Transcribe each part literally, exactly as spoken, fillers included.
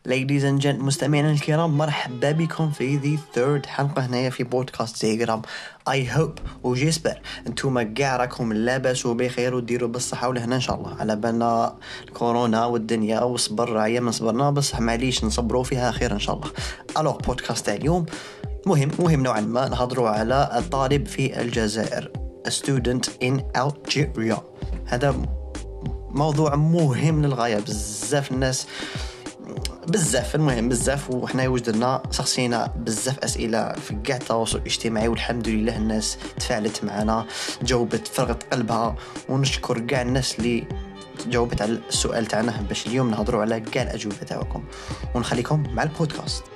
Ladies and gentlemen مستمعينا الكرام مرحبا بكم في ذي third حلقة هنا في بودكاست زيغرام. I hope وجيسبر انتم كاع راكم لاباس وبخير وديروا بالصحة ولهنا ان شاء الله. على بالنا الكورونا والدنيا وصبر عيا من صبرنا بصح معليش نصبروا فيها خير ان شاء الله. الوغ بودكاست تاع اليوم مهم مهم نوعا ما، نهضروا على الطالب في الجزائر A student in Algeria. هذا موضوع مهم للغاية، بزاف الناس بزاف المهم بزاف وحنا وجدنا شخصينا بزاف اسئله في كاع التواصل الاجتماعي، والحمد لله الناس تفاعلت معنا جاوبت فرغت قلبها، ونشكر كاع الناس اللي جاوبت على السؤال تاعنا باش اليوم نهضروا على كاع الاجوبه تاعكم، ونخليكم مع البودكاست.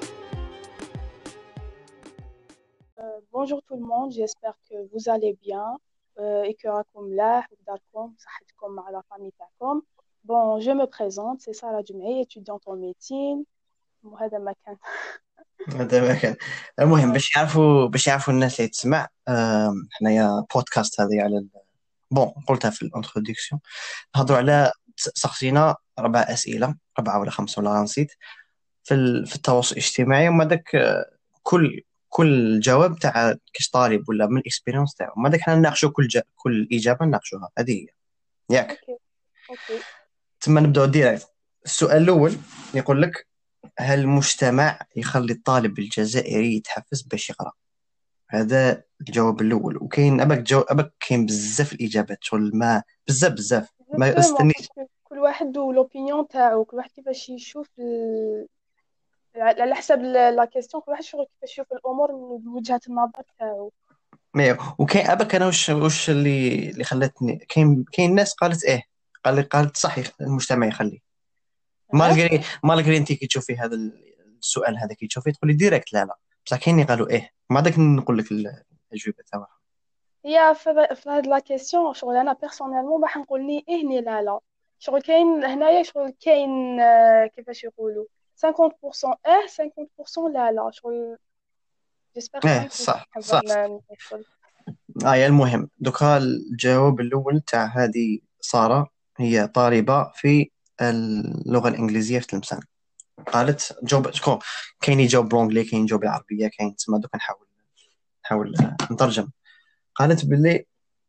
Bonjour tout le monde, j'espère que vous allez bien euh, et que راكم ملاح وداركم صحتكم مع la famille تاعكم. Bon, je me présente, c'est Sarah Dumay, étudiante en médecine. وهذا ما كان. هذا ما كان. المهم باش يعرفوا باش يعرفوا الناس اللي تسمع، آم، حنايا بودكاست هذه على ال... بون قلتها في الانترودكسيون، نهضروا على شخصينا ربع اسئله، ربعه ولا خمسه ولا نسيت، في ال... في التواصل الاجتماعي، وما داك كل كل جواب تاع كاش طالب ولا من الاكسبيريونس تاعو، ما داك حنا نناقشوا كل جا... كل اجابه نناقشوها، هذه هي ياك. Ok, ok. ثم نبداو ديريكت. السؤال الاول يقول لك: هل المجتمع يخلي الطالب الجزائري يتحفز باش يقرا؟ هذا الجواب الاول، وكاين ابك جو ابك كاين بزاف الاجابات، شغل ما بزاف بزاف ما Justement, استنيش. parce que كل واحد l'opinion تاعو، كل واحد كيفاش يشوف ال... على حسب لا كيستيون، كل واحد شغل كيفاش يشوف الامور من وجهة النظر تاعو. ما وكاين ابك انا واش واش اللي اللي خلتني، كاين كاين ناس قالت ايه، قال لي قالت صح يخ- المجتمع يخلي. اه مالغري مالغري انت كي تشوفي هذا السؤال هذا كي تشوفي تقولي ديريكت لا لا، بصح كاين اللي قالوا ايه، ما داك نقول لك الاجوبه تاعها. هي في في هاد لا كيسيون شغل انا بيرسونيلمون راح نقول لي ايه ني لا لا. شغل كاين هنايا شغل كاين آه، كيفاش يقولوا خمسين بالمية اه خمسين بالمية لا لا شغل. جيسبر ايه فهمتني صح كيف صح. نبغي نوصل. اه يا المهم دوكا الجواب الاول تاع هذه ساره، هي طالبه في اللغه الانجليزيه في تلمسان. قالت جاوب شكون، كاين يجاوب بالانجلي كاين يجاوب بالعربيه كاين، تسمى دوكا نحاول نحاول نترجم. قالت باللي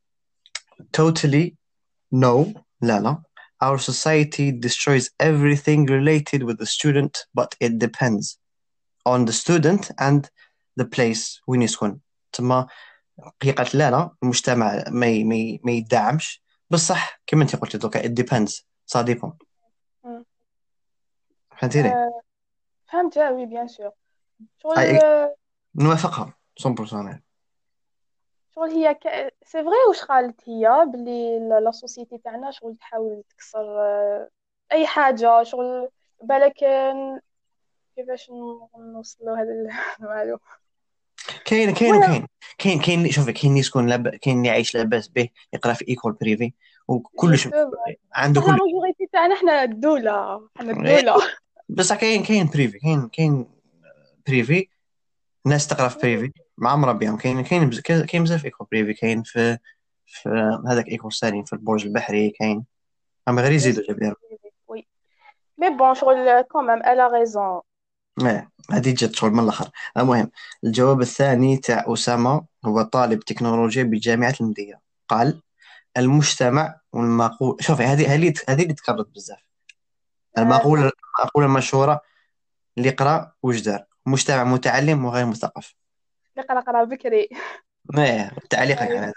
totally no، لا لا. Our society destroys everything related with the student but it depends on the student and the place وين يسكن. تما هي قالت لا لا المجتمع ما ي- ما ي- ما يدعمش، بصح كما انت قلت دوكا it depends، ça dépend. مم. فهمتيني؟ آه، فهمت وي بيان سور. شغل هاي آه، نوافقها مية بالمية. شغل هي ك... سي فري واش قالت هي بلي لا لا سوسيتي تاعنا شغل تحاول تكسر آه، اي حاجه شغل. بالك آه، كيفاش نوصلوا هذا المعلومه. كاين كاين وكاين كاين كاين شوفي، كاين اللي يسكن لاب... كاين اللي عايش لاباس به يقرا في ايكول بريفي وكلش جوستومون عنده بصح لا كل. ماجوريتي تاعنا حنا الدولة حنا الدولة. بصح كاين كاين بريفي كاين كاين بريفي، ناس تقرا في بريفي مع مربيهم، كاين كاين بز... كاين بزاف ايكول بريفي، كاين في في هذاك ايكول سالين في البرج البحري كاين، اما غير يزيدوا جابير. وي مي بون شغل كومام الا ريزون. ايه هذه جات شغل من الاخر. المهم الجواب الثاني تاع اسامه، هو طالب تكنولوجيا بجامعه المدينه. قال: المجتمع والمقول، شوفي هذه هذه هذه اللي تكررت بزاف، المقولة المقولة المشهورة: اللي قرأ وش دار، مجتمع متعلم وغير مثقف. نقرا قرا بكري. ايه تعليقك على هذا.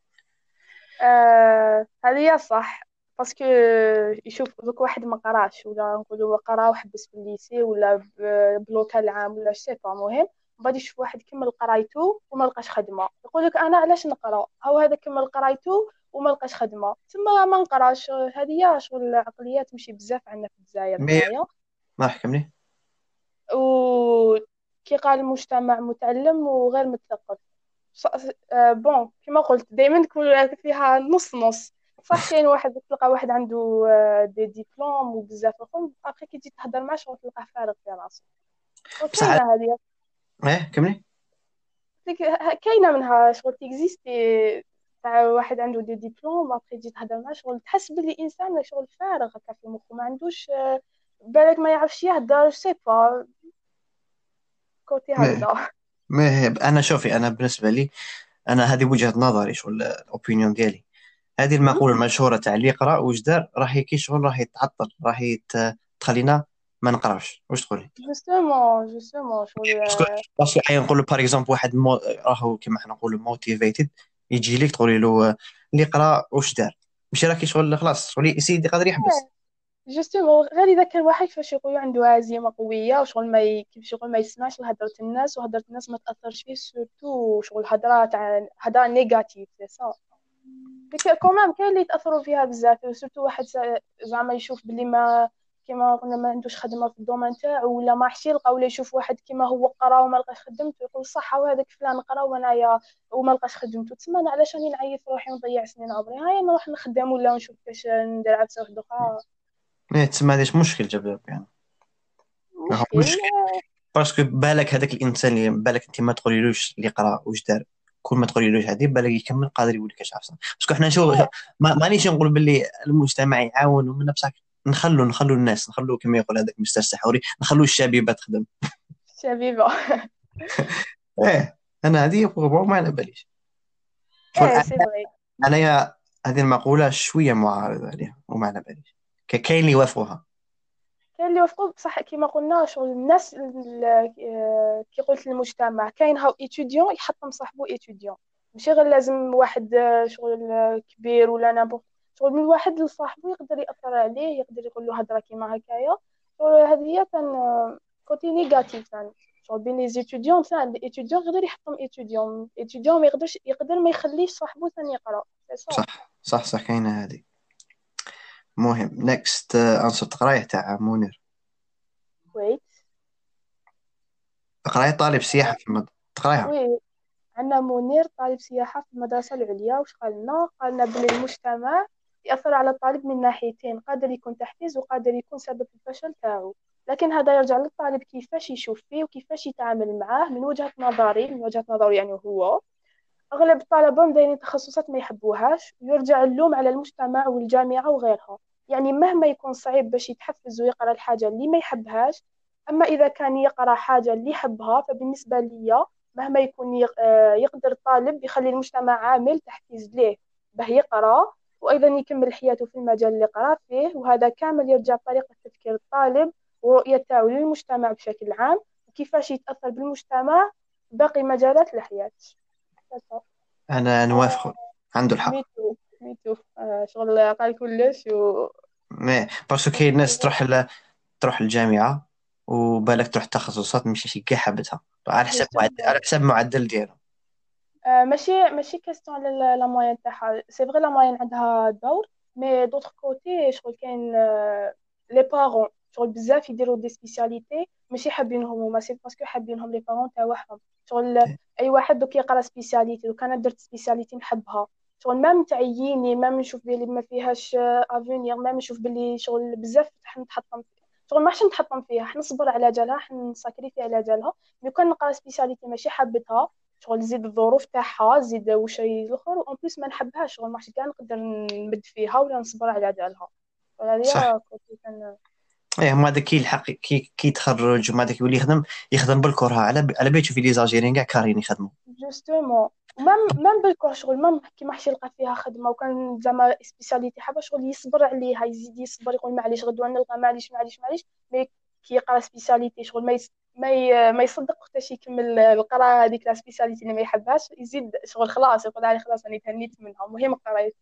آه هذه هي صح. باسكو يشوف دوك واحد ما قراش ولا نقولوا قرا وحبس في الليسي ولا ب- بلوكا العام ولا سي با مهم، من بعد يشوف واحد كمل قرايته وما لقاش خدمه يقول لك انا علاش نقرا، هو هذا كمل قرايته وما لقاش خدمه ثم ما نقراش. هذه هي شغل العقليات تمشي بزاف عندنا في الجزائر مي هنايا. ما حكمني. وكي قال المجتمع متعلم وغير مثقف. ص- آه، بون كما قلت دائما تكون فيها نص نص. صح كاين واحد تلقى واحد عنده آه، دي ديبلوم وبزاف الخدم ابخي كي تجي تهضر معاه شغل تلقاه فارغ في راسه. بصح على- وكاينه هذه ايه كملي. ديك- ه- كاينه منها شغل تيكزيستي تاع واحد عنده دي ديبلوم ابخي تجي تهضر معاه شغل تحس باللي انسان شغل فارغ هكا في مخه ما عندوش بالك ما يعرفش يهدر سي با كوتي ما هكذا. ما انا شوفي، انا بالنسبه لي، انا هذه وجهه نظري، شغل الاوبينيون ديالي. هذه المقوله المشهوره تاع اللي يقرا واش دار راهي كي شغل راهي تعطل، راهي ت- تخلينا ما نقراوش. واش تقولي؟ جوستومون جوستومون شغل. باسكو باسكو احيانا نقول له باغ اكزومبل واحد مو... راهو كيما حنا نقولوا موتيفيتد، يجي لك تقولي له آه، اللي يقرا واش دار، ماشي راكي شغل خلاص شغل يسيدي قادر يحبس. جوستومون غير اذا كان واحد فاش يقولوا عنده عزيمه قويه وشغل ما ي... كيف شغل ما يسمعش لهضره الناس وهضره الناس ما تاثرش فيه، سورتو شغل هضره تاع هضره نيجاتيف سي صا. ديك كومام كاين اللي يتاثروا فيها بزاف، سورتو واحد ز- زعما يشوف بلي ما كيما قلنا ما عندوش خدمه في الدومين تاعو ولا ما حش يلقى، ولا يشوف واحد كيما هو قرا وما لقاش خدمته يقول صح وهذاك فلان قرا وانايا وما لقاش خدمته، تسمى انا علاش راني نعيط روحي ونضيع سنين عمري، هيا نروح نخدم ولا نشوف كاش ندير عفسه وحده اخرى. إيه، تسمى هذا مشكل جاب يعني. راهو مشكل. مشكل، باسكو بالك هذاك الانسان اللي بالك انت ما تقوليلوش اللي قرا واش دار، كل ما تقوليلوش هذه بالك يكمل قادر يقول لك اش عفسه. باسكو حنا شو آه، ما مانيش نقول باللي المجتمع يعاون ومن بصح، نخلو نخلو الناس، نخلو كما يقول هذاك مستر سحوري، نخلو الشبيبه تخدم. شبيبه. ايه، انا هذه بروبور ما على باليش. شغل ايه أنا- سي فري. انايا هذه المقوله شويه معارضه عليها وما على باليش. ك- كاين اللي يوافقوها. كاين اللي وافقوا بصح كيما قلنا شغل الناس ال- آه، كي قلت المجتمع كاين هاو ايتوديون يحطم صاحبو ايتوديون، ماشي غير لازم واحد آه، شغل آه، كبير ولا نابورت، شغل من واحد لصاحبو يقدر يأثر عليه يقدر يقول له هضره كيما هكايا. شغل هذه هي كان آه، كوتي نيجاتيف ثاني، شغل بين لي زيتوديون ثاني الايتوديون يقدر يحطم ايتوديون ايتوديون ما يقدرش يقدر ما يخليش صاحبو ثاني يقرا سي صح. صح صح صح، كاينه هذه. مهم نيكست انسر تقرايه تاع منير. ويت. قرايه طالب سياحه في المد... تقرايها. وي. عندنا منير طالب سياحة في المدرسة العليا، وش قالنا قالنا بلي المجتمع يأثر على الطالب من ناحيتين، قادر يكون تحفيز وقادر يكون سبب في الفشل تاعو، لكن هذا يرجع للطالب كيفاش يشوف فيه وكيفاش يتعامل معاه. من وجهة نظري من وجهة نظري يعني هو أغلب الطلبة دايرين تخصصات ما يحبوهاش ويرجع اللوم على المجتمع والجامعة وغيرها. يعني مهما يكون صعيب باش يتحفز ويقرأ الحاجة اللي ما يحبهاش، أما إذا كان يقرأ حاجة اللي يحبها فبالنسبة لي مهما يكون يق- آه، يقدر الطالب يخلي المجتمع عامل تحفيز ليه به يقرأ وأيضا يكمل حياته في المجال اللي قرأ فيه، وهذا كامل يرجع طريقة تفكير الطالب ورؤيته للمجتمع بشكل عام وكيفاش يتأثر بالمجتمع باقي مجالات الحياة. انا نوافق، عنده الحق. ميتو ميتو آه شغل قال كلش و مي باسكو كاين ناس تروح ل... تروح الجامعه وبالك تروح تخصصات ماشي شي كاع حبتها، على حسب معدل جوستومون على حسب معدل ديالهم. آه ماشي ماشي كاستيون على لا لا موين تاعها، سي فغي لا موين عندها دور، مي دوطخ كوتي شغل كاين آه لي بارون شغل بزاف يديروا دي سبيسياليتي ماشي حابينهم هما، سي باسكو حابينهم لي بارون تاعهم. شغل اي واحد دوك يقرا سبيسياليتي، دوك انا درت سبيسياليتي نحبها شغل مام تعييني مام نشوف بلي ما فيهاش افونيغ، مام نشوف بلي شغل بزاف حنتحطم شغل ما حش نتحطم فيها حنصبر على جالها حنساكريفي على جالها. مي كان نقرا سبيسياليتي ماشي حابتها شغل زيد الظروف تاعها زيد وش الاخر وان بليس ما نحبهاش شغل ما حش كاع نقدر نمد فيها ولا نصبر على جالها. صح. هذه كنت كان. ايه، هما هذاك كي الحق كي كي يتخرج وما هذاك يولي يخدم، يخدم بالكره على ب... على بالك تشوفي لي زالجيريين كاع كارين يخدموا. جوستومون مام مام بالكور شغل مام كيما حش يلقى فيها خدمه وكان زعما سبيسياليتي حابه شغل يصبر عليها يزيد يصبر يقول معليش غدوه نلقى معليش معليش معليش. مي كي يقرا سبيسياليتي شغل ما يس... ما ي... ما يصدق وقتاش يكمل القراءه هذيك لا سبيسياليتي اللي ما يحبهاش يزيد شغل خلاص يقول علي خلاص راني تهنيت منها المهم قريت.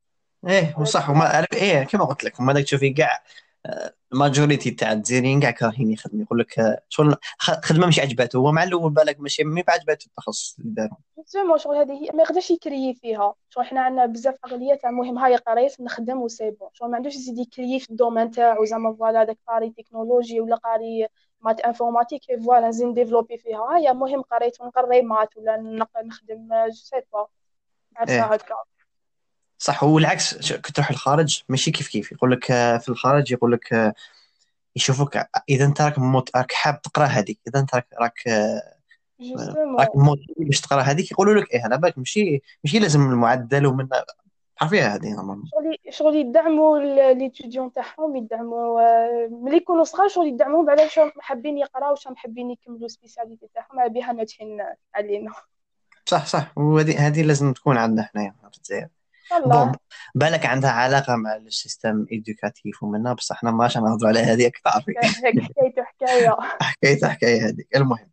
ايه وصح، وما على ب- ايه كما قلت لك، هما داك تشوفي كاع آه، الماجوريتي تاع الجزائريين كاع كارهين يخدموا، يقول لك آه، شغل خ- خدمه مش عجباته، هو مع الاول بالك ماشي مي عجباته التخصص اللي دارو. زعما شغل هذه هي ما يقدرش يكري فيها شغل حنا عندنا بزاف اغليه تاع مهم هاي قريت نخدم وسي بون شغل ما عندوش يزيد يكري في الدومين تاعو زعما فوالا هذاك قاري تكنولوجي ولا قاري مات انفورماتيك فوالا نزيد ديفلوبي فيها هيا مهم قريت ونقري مات ولا نق- نخدم جو سي با عفسه ايه هكا. صح، والعكس ش- كي تروح الخارج ماشي كيف كيف، يقول لك آه، في الخارج يقول لك آه، يشوفوك ع- اذا انت راك موت راك حاب تقرا هذيك، اذا انت راك راك آه، راك جوستومون موت باش تقرا هذيك، يقولوا لك ايه على بالك ماشي ماشي لازم المعدل ومن عارفيها هذه نورمالمون. شغل شغل يدعموا ليتيديون تاعهم، يدعموا آه، ملي يكونوا صغار شغل يدعموهم على واش حابين يقراو، واش حابين يكملوا سبيسياليتي تاعهم، على بها ناجحين علينا. صح صح، وهذه هذه لازم تكون عندنا حنايا في الجزائر. بون، والله. بالك عندها علاقة مع السيستم إدوكاتيف ومنا، بصح احنا ماش نهضروا على هذه أكثر في هيك حكايته حكايه. حكاية حكاية هذه. المهم،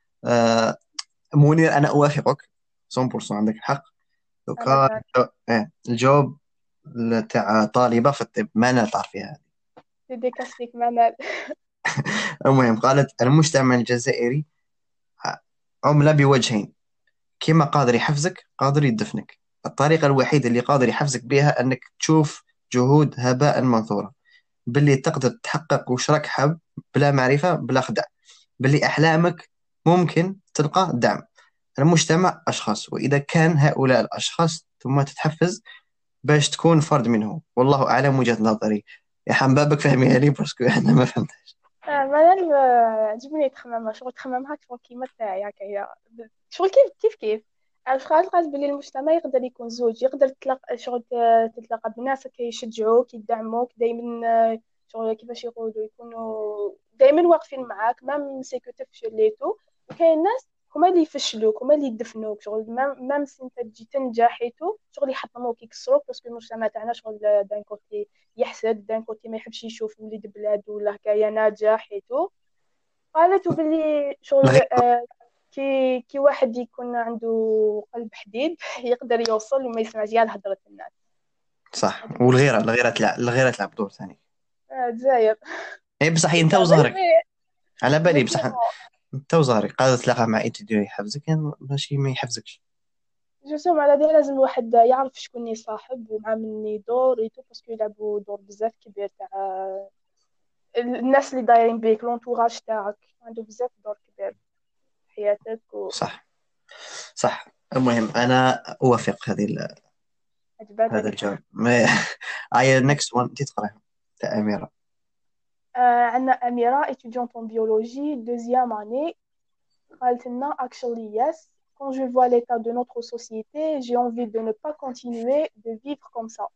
آه منير أنا أوافقك مية بالمية، عندك الحق. انا دوكا كان إيه الجواب تاع طالبة في الطب ما أنا تعرف فيها هذه. سيدي كاستيك منال. المهم، قالت المجتمع الجزائري عملة بوجهين، كيما قادر يحفزك قادر يدفنك. الطريقة الوحيدة اللي قادر يحفزك بها أنك تشوف جهود هباء منثورة، باللي تقدر تحقق وش راك حاب بلا معرفة بلا خدع، باللي أحلامك ممكن تلقى دعم. المجتمع أشخاص، وإذا كان هؤلاء الأشخاص ثم تتحفز باش تكون فرد منهم. والله أعلم وجهة نظري. يا حبابك فهميها لي باسكو أنا ما فهمتهاش. آه، منال آه، عجبني تخمم شغل تخمم هاك شغل كيما تاعي هكايا، شغل كيف كيف كيف عرفت خلاص قالت بلي المجتمع يقدر يكون زوج، يقدر تتلاقى شغل ت- تتلاقى بناس كيشجعوك يدعموك دايما، آه، شغل كيفاش يقولوا يكونوا دايما واقفين معاك مام سيكو تفشل ليتو. وكاين ناس هما اللي يفشلوك، هما اللي يدفنوك، شغل مام مام سي انت تجي تنجح حيتو شغل يحطموك يكسروك، باسكو المجتمع تاعنا شغل دان كوتي يحسد، دان كوتي ما يحبش يشوف وليد بلاد ولا هكايا ناجح حيتو. قالت باللي شغل الغيرة. آه، كي كي واحد يكون عنده قلب حديد يقدر يوصل وما يسمعش كاع هضرة الناس. صح، هذيك والغيرة الغيرة تلعب الغيرة تلعب دور ثاني. آه، الجزائر. اي بصح هي انت لا بل وزهرك مي على بالي، بصح اكزاكتومون. انت وزهرك قاعدة تلاقى مع اي تدير يحفزك يعني ماشي ما يحفزكش. جوستوم على دي لازم الواحد يعرف شكون يصاحب ومع من يدور يتو، باسكو يلعبوا دور بزاف كبير تاع الناس اللي دايرين بيك، لونتوراج تاعك عنده بزاف دور كبير في حياتك صح صح. المهم انا اوافق هذه ال- هذا وعجبتك. الجواب. ما اي نكست وان تقرا تاع اميره. آه عندنا أميرة étudiante en biologie deuxième année. قالت لنا actually yes, quand je vois l'état de notre société j'ai envie de ne pas continuer de vivre comme ça.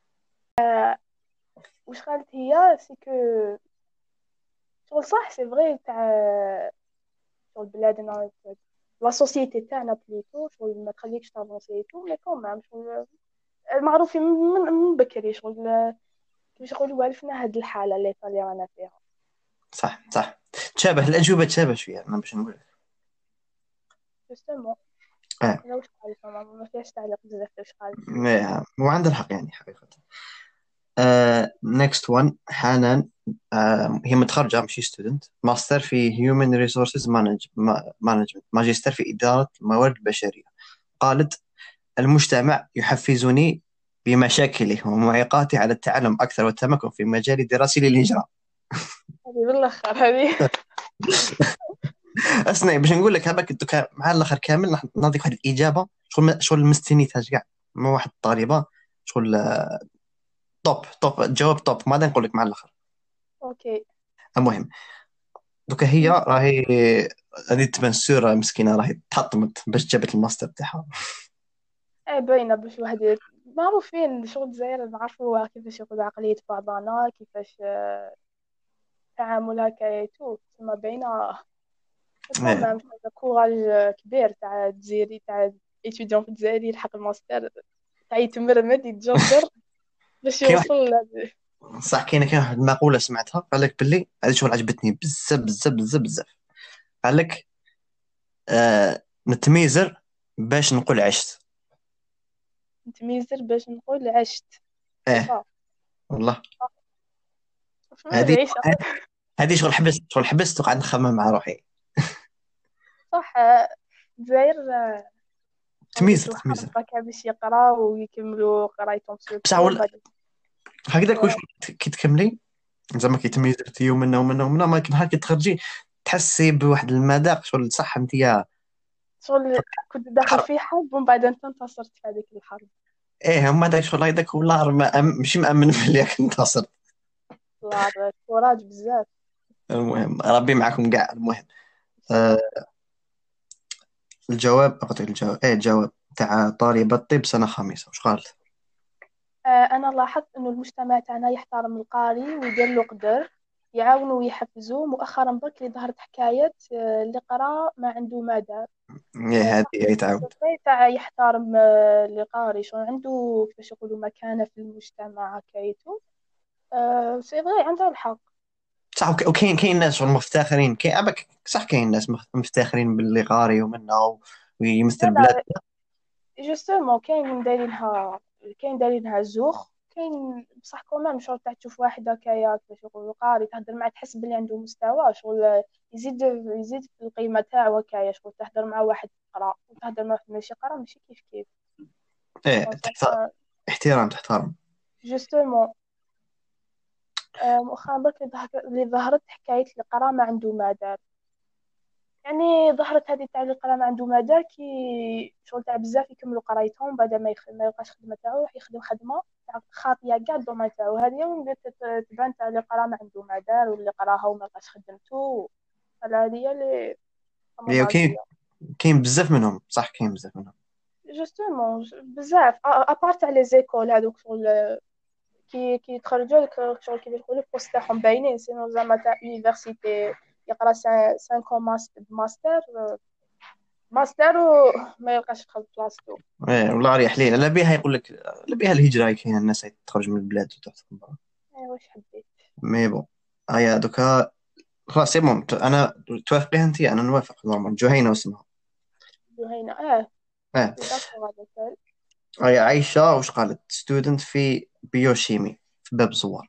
وش قالت هي سي كو شغل صح سي فري تاع شغل بلادنا، لا سوسيتي تاعنا بليتو شغل ما تخليكش تافونسي تو، مي كومام شغل المعروفين من, من بكري شغل كيفاش يقولوا والفنا هاد الحالة اللي اللي رانا فيها. صح صح، تشابه الاجوبه تشابه شويه انا باش نقول لك. جوستومون اه انا واش قالت ما ما فيهاش تعليق بزاف واش قالت هي. ما- وعند الحق يعني حقيقه. نكست وان حنان. آه هي متخرجه ماشي ستودنت، ماستر في هيومن ريسورسز مانجمنت، ماجستير في اداره الموارد البشريه. قالت المجتمع يحفزني بمشاكله ومعيقاته على التعلم أكثر والتمكن في مجال دراستي للهجرة. هذه بالاخر هذه. أسمعي باش نقول لك هذاك الدكا مع الآخر كامل نح- نعطيك واحد الإجابة شغل شغل مستنيتها كاع ما واحد الطالبة شغل آه، توب توب جواب توب ماذا نقول لك مع الآخر. اوكي. المهم، دوكا هي راهي هذه تبان سورة مسكينة راهي تحطمت باش جابت الماستر تاعها. ايه باينة باش واحد معروفين شغل الجزائر نعرفوا كيفاش يقولوا عقلية بعضنا، كيفاش آه، تعامل هكا تو تسمى باينة. إيه، كومام كوراج كبير تاع الجزائري تاع ايتيديون في الجزائر يلحق الماستر تاع يتمرمد يتجردر باش كاين واحد، يوصل ل- صح كاين كاين واحد المقولة سمعتها قال لك باللي هذه شغل عجبتني بزاف بزاف بزاف بزاف. قال لك آه نتميزر باش نقول عشت. نتميزر باش نقول عشت. سي اه صح. والله. شنو هذه العيشة. هذه شغل حبست شغل حبست وقعد نخمم مع روحي. صح آه، الجزائر تميزر خليتو تميزر حرب هكا باش يقراو ويكملوا قرايتهم بصح سورتو ولا بعد. هكذاك واش كي تكملي زعما كي تميزرتي ومنا ومنا ومنا ما كي نهار كي تخرجي تحسي بواحد المذاق شغل صح انت يا شغل كنت داخل حرب. في حرب ومن بعد انت انتصرت في هذيك الحرب. ايه هما داك شغل هذاك والله ما أم... ماشي مأمن بلي راك انتصر. الله كوراج بزاف. المهم ربي معكم كاع. المهم آه الجواب اعطيك الجواب. ايه الجواب تاع طالبة طب سنة خامسة واش قالت. آه، أنا لاحظت إنه المجتمع تاعنا يحترم القاري ويدير له قدر، يعاونوا ويحفزوه. مؤخرا برك اللي ظهرت حكاية آه، اللي قرا ما عنده ما دار. ايه آه، هذه صح. يتعاود. صحيح تاع يحترم آه، اللي قاري، شو عنده كيفاش يقولوا مكانة في المجتمع هكايتو. آه، سي فري عنده الحق. صح. وك- وكاين كاين ناس شغل مفتخرين، كاين أبك صح، كاين ناس مخ- مفتخرين باللي قاري ومنه لا ويمثل بلاد. لا، جوستومون كاين دايرينها، كاين دايرينها زوخ. كاين بصح كومام شغل تاع تشوف واحد هكايا كيفاش يقولوا قاري تهضر معاه تحس بلي عنده مستوى شغل، يزيد يزيد في القيمة تاعو هكايا. شغل تهضر مع واحد قرا وتهضر مع واحد ماشي قرا ماشي كيف كيف. ايه تحت... احترام تحترم. جوستومون مؤخرا برك اللي ظهر- اللي ظهرت حكاية اللي قرا ما عنده ما دار. يعني ظهرت هذه تاع اللي قرا ما عنده ما دار كي شغل تاع بزاف يكملوا قرايتهم بعد ما يخ... ما يلقاش خدمه تاعو يروح يخدم خدمه تاع خاطيه كاع الدومين تاعو. هذه من بدات تت- تبان تاع اللي قرا ما عنده ما دار واللي قراها وما لقاش خدمته. فلا هذه هي اللي إيه، صممها وكاين فيا. كاين بزاف منهم، صح كاين بزاف منهم. جوستومون بزاف ابار تاع لي زيكول هذوك شغل كي كي يتخرجوا لك شغل كيف يقولوا البوست تاعهم باينين. سينو زعما تاع يونيفرسيتي يقرا خمسة ماستر ماستر وما يلقاش يدخل بلاصتو. ايه والله ريح لينا، لا بيها يقول لك، لا بيها الهجره، هي كاين الناس هي تخرج من البلاد وتحت برا. ايه واش حبيت. مي بون. هيا دوكا خلاص سي بون. انا توافقيها انت، انا نوافق نورمال. جهينه اسمها. جهينة اه. اه. في داكور هذا الكل. هيا عايشه واش قالت؟ ستودنت في بيوشيمي في باب الزوار.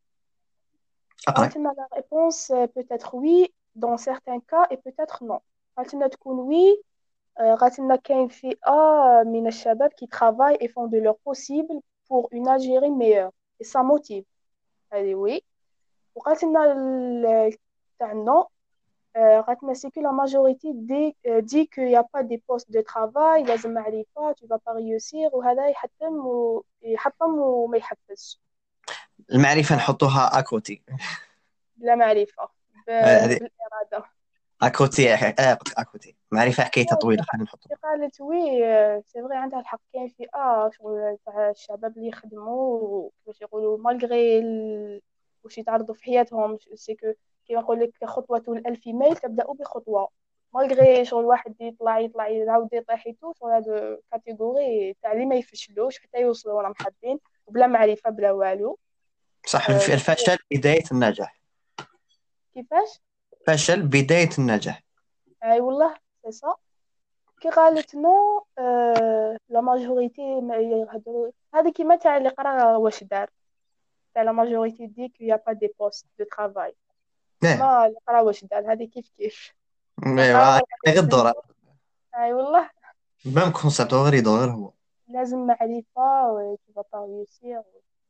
اقرا. قالت لنا la réponse euh, peut être oui dans certains cas et peut-être non. قالت لنا تكون oui. آه، قالت لنا كاين فئة من الشباب qui travaillent et font de leur possible pour une Algérie meilleure et ça motive. هذه oui. وقالت لنا ال- تاع non. آه، قالت لنا c'est que la majorité dit, euh, dit qu'il n'y a pas des postes de travail لازم معرفة tu vas pas réussir وهذا يحتم و... يحطم وما يحفزش. المعرفه نحطوها اكوتي. بلا معرفة ب... هذه بالإرادة. اكوتي. اه قلت لك اكوتي، معرفه حكايتها طويله، خلينا نحطها. كي قالت وي سي فري عندها الحق. كاين فئة شغل تاع الشباب اللي يخدموا باش يقولوا مالغري ال... واش يتعرضوا في حياتهم سي كو كيما نقول لك خطوة الألف ميل تبدأ بخطوة. مالغري شغل واحد يطلع يطلع يعاود يطيح يطو شغل هادو كاتيجوري تاع اللي ما يفشلوش حتى يوصلوا راهم حابين بلا معرفة بلا والو. صح. أه الف- الفشل بدايه النجاح. كيفاش. فشل بدايه النجاح. اي والله سي صا. كي قالت نو آه لا ماجوريتي ما يهضروا هذه كيما تاع اللي قرا واش دار. تاع لا ماجوريتي دي كو يا با دي بوست دو ترافاي. ايه. ما اللي قرا واش دار هذه كيف كيف. اللي قرا ايوا ولا غير يخدم. الدور. اي والله. ميم كونسيبت، غير يدور غير هو. لازم معرفة و tu vas pas réussir.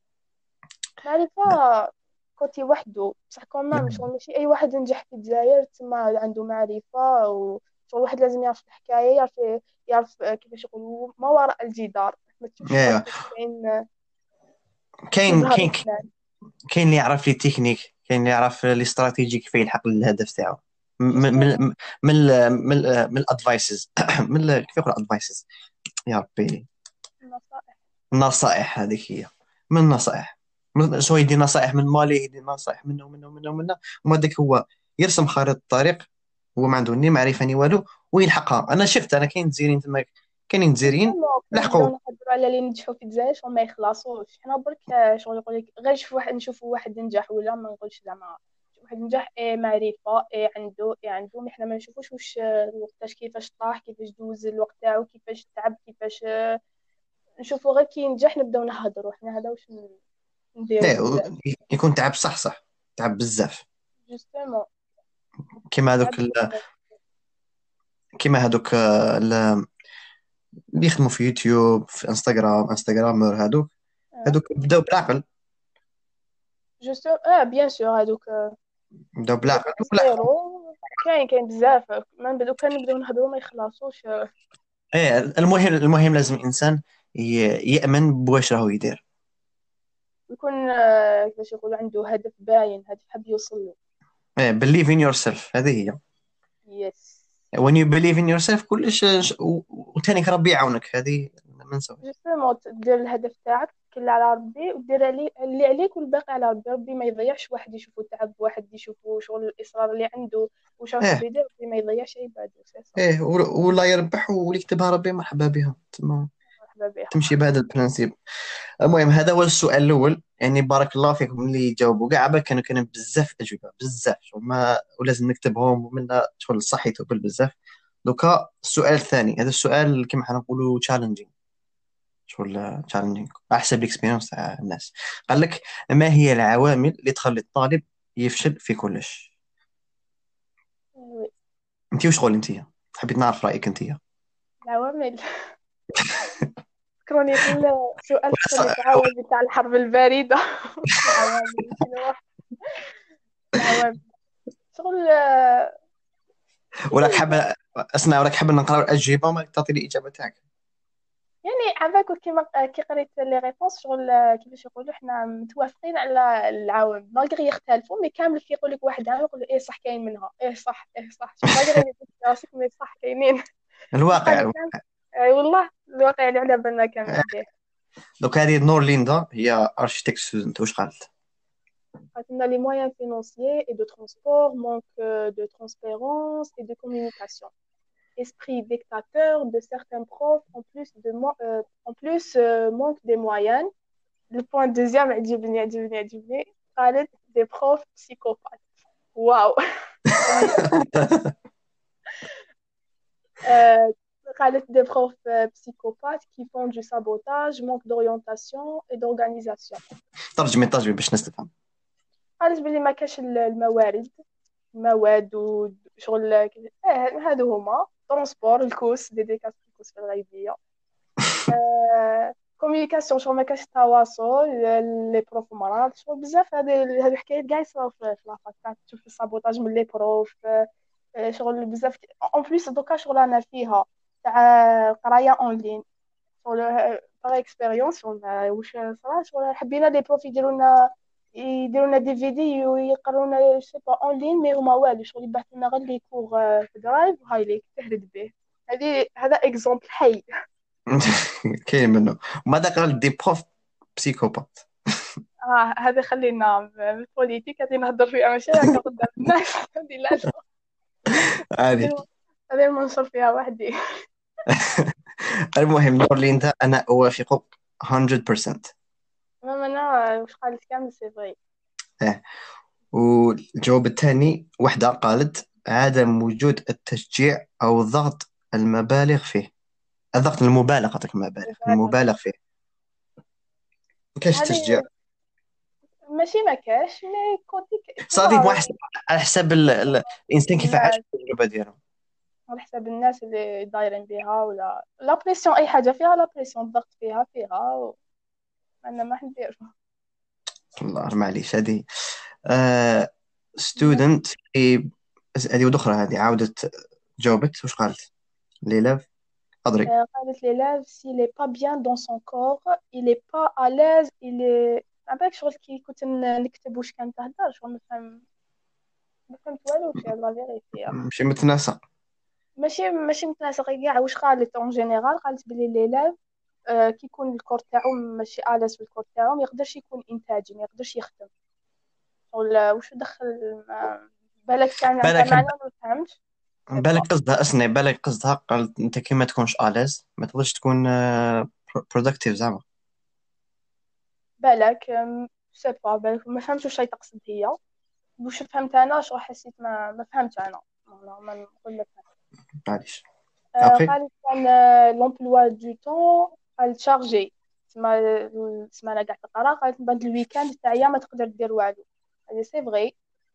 معرفة كوتي وحده بصح كمان شغل ماشي أي واحد ينجح في الجزائر تما عنده معرفة. وشغل واحد لازم يعرف الحكاية يعرف يعرف كيفاش يقولوا ما وراء الجدار. ما تشوفش ايوا برك كاين كاين يظهر كاين الفلان. كاين اللي يعرف لي تكنيك، كاين اللي يعرف لي استراتيجي كيف يلحق للهدف تاعو. من من جوستومون من من من الادفايسز من ال- كيف يقول ادفايسز، يا ربي. النصائح. النصائح هذيك هي. من النصائح. من- شو يدي نصائح من مالي، يدي نصائح منه ومنه ومنه ومنه. وما داك هو يرسم خارطة الطريق. هو ما عنده ني معرفة ني والو، ويلحقها. انا شفت، انا كاين جزيريين تما، كاينين جزيريين جوستومون كي نبداو لحقوا. نهضروا على اللي نجحوا في الجزائر شغل ما يخلصوش. حنا برك شغل يقول لك غير نشوف واحد نشوفوا واحد نجح ولا ما نقولش زعما واحد نجح إيه معرفة إيه عنده إيه عنده مي حنا ما نشوفوش واش وقتاش كيفاش طاح كيفاش دوز الوقت تاعو كيفاش تعب كيفاش آه، نشوفوا غير كي ينجح نبداو نهضروا حنا هذا واش ن- نديروا إيه، و- بزاف. يكون تعب، صح صح. تعب بزاف. جوستومون كيما تعب هذوك ال- بزاف. كيما هذوك آه، ال- اللي يخدموا في يوتيوب، في انستغرام، انستغرامر هذوك. آه. هذوك بداو بالعقل. جوستو اه بيان سور هذوك بداو بداو بالعقل من ولحقوا. زيرو. كاين كاين بزاف ما نبداو كان نبداو نهضروا ما يخلصوش. ايه المهم، المهم لازم الانسان ي- يامن بواش راهو يدير. يكون آه، كيفاش يقولوا عنده هدف باين هدف حاب يوصل له. ايه believe in yourself، هذه هي. يس. when you believe in yourself كلش. وثاني ربي يعاونك، هذه ما نسوي. جوستومون دير الهدف تاعك كل على ربي ودير علي اللي عليك والباقي على ربي. ربي ما يضيعش، واحد يشوفه تعب، واحد يشوفه شغل الإصرار اللي عنده وش ايه يحب يدير، ربي ما يضيعش عباده. سي صح. ايه ول- ولا يربح واللي يكتبها ربي مرحبا بها، تما مرحبا بها. تمشي بهذا البرانسيب. المهم هذا هو السؤال الاول، يعني بارك الله فيكم اللي جاوبوا كاع، عبا كانوا كانوا بزاف اجوبه بزاف وما ولازم نكتبهم ومنا شغل صحيتو بالبزاف. دوكا السؤال الثاني، هذا السؤال كما حنقولوا تشالنجينغ، شغل تشالنجينغ على حسب الاكسبيرينس تاع الناس. قال لك ما هي العوامل اللي تخلي الطالب يفشل في كلش؟ وي. انت وش قول انت؟ حبيت نعرف رايك انت. العوامل. كرونيك سؤال ولا تقول لي ص- العوامل تاع الحرب الباردة. العوامل شنو هو؟ العوامل شغل آه، ولا يعني حاب اسمع، ولا حاب نقرا الاجوبه وما تعطي لي الاجابه تاعك؟ يعني عباك كيما كي قريت لي ريبونس شغل آه، كيفاش يقولوا حنا متوافقين على العوامل، مالغري يختلفوا مي كامل كي يقول لك واحد عامل يقول ايه صح كاين منها، ايه صح ايه صح شغل مالغري اللي في راسك مي صح كاينين. تلقى الواقع لي كامل. اي والله الواقع اللي على بالنا كامل به. دوك هذه نور ليندا هي ارشيتكت ستودنت، واش قالت؟ On a les moyens financiers et de transport, manque euh, de transparence et de communication. Esprit dictateur de certains profs, en plus, de mo- euh, en plus euh, manque des moyens. Le point deuxième, عجبني عجبني عجبني. قالت des profs psychopathes. Waouh. هذه euh, قالت des profs euh, psychopathes qui font du sabotage, manque d'orientation et d'organisation. ترجمي ترجمي باش الناس تفهم. قالت بلي ما كاش الموارد، مواد وشغل كذا. اه هادو هما ترونسبور، الكوس ديديكاس الكوس في الغيبية. آه كوميونيكاسيون شغل ما كاش التواصل، لي بروف مرض شغل بزاف. هادي هادو الحكايات كاع يصراو في في لافاك تاع تشوف السابوتاج من لي بروف. آه شغل بزاف اون بليس دوكا شغل انا فيها تاع قرايه اون لين شغل باغ اكسبيريونس شغل آه، واش صرا شغل حبينا لي بروف يديروا لنا يديروا لنا دي فيدي ويقراو لنا سي با اون لين مي هما والو شغل يبعثوا لنا غير لي كور آه، في درايف وهاي ليك تهرد به. هذه هذا اكزومبل حي. كاين منه. وماذا قال دي بروف بسيكوبات؟ اه هذا خلينا بالبوليتيك هذه نهضر فيها ماشي هكا قدام الناس. هذه لا لا. عادي. هذه هذه منشر فيها وحدي. المهم نور ليندا انا اوافقك مية بالمية. المهم انا واش قالت كامل سي فري. اه. والجواب الثاني وحده قالت عدم وجود التشجيع او الضغط المبالغ فيه، الضغط المبالغ قصدك المبالغ مبالغ. المبالغ فيه. ما كاينش تشجيع. هذه ماشي ما كاش مي كوتي صادي مو تما حسب، على حساب ال... ال... الانسان كيف عاش الناس التجربه ديالو. على حساب الناس اللي دايرين بها ولا لا بريسيون، اي حاجه فيها لا بريسيون الضغط فيها فيها و... انا ما حندير. الله معليش هذه آه ستودنت. هذه ود اخرى، هذه عاودت جاوبت واش قالت؟ ليلى أدري. قالت l'élève s'il est pas bien dans son corps il est pas à l'aise il est عباك شغل كي كنت ن- نكتب واش كانت تهدر شغل ما فهم ما فهمت والو في لا فيريتي. ماشي متناسق. ماشي ماشي متناسق كاع واش قالت اون جينيرال. قالت بلي ليلى آه كي يكون الكور تاعو ماشي آلس في الكور تاعو ما يقدرش يكون انتاجي، ما يقدرش يخدم ولا واش دخل ما- بالك كان عندها بالك معنى ما فهمتش. سي با. بالك قصدها أصلا، بالك قصدها قالت أنت كي ما تكونش ألاز ما تقدرش تكون برودكتيف زعما. بالك أم، سي با بالك ما فهمتش واش هي تقصد هي. واش فهمت انا شو حسيت ما ما فهمتش انا والله ما نقول لك. معليش. آه، أبخي. قالت كان لومبلوا دو طون قالت شارجي. تسمى تسمى انا قاعد تقرا قالت من بعد الويكاند تاعي ما تقدر دير والو. هذه سي فغي.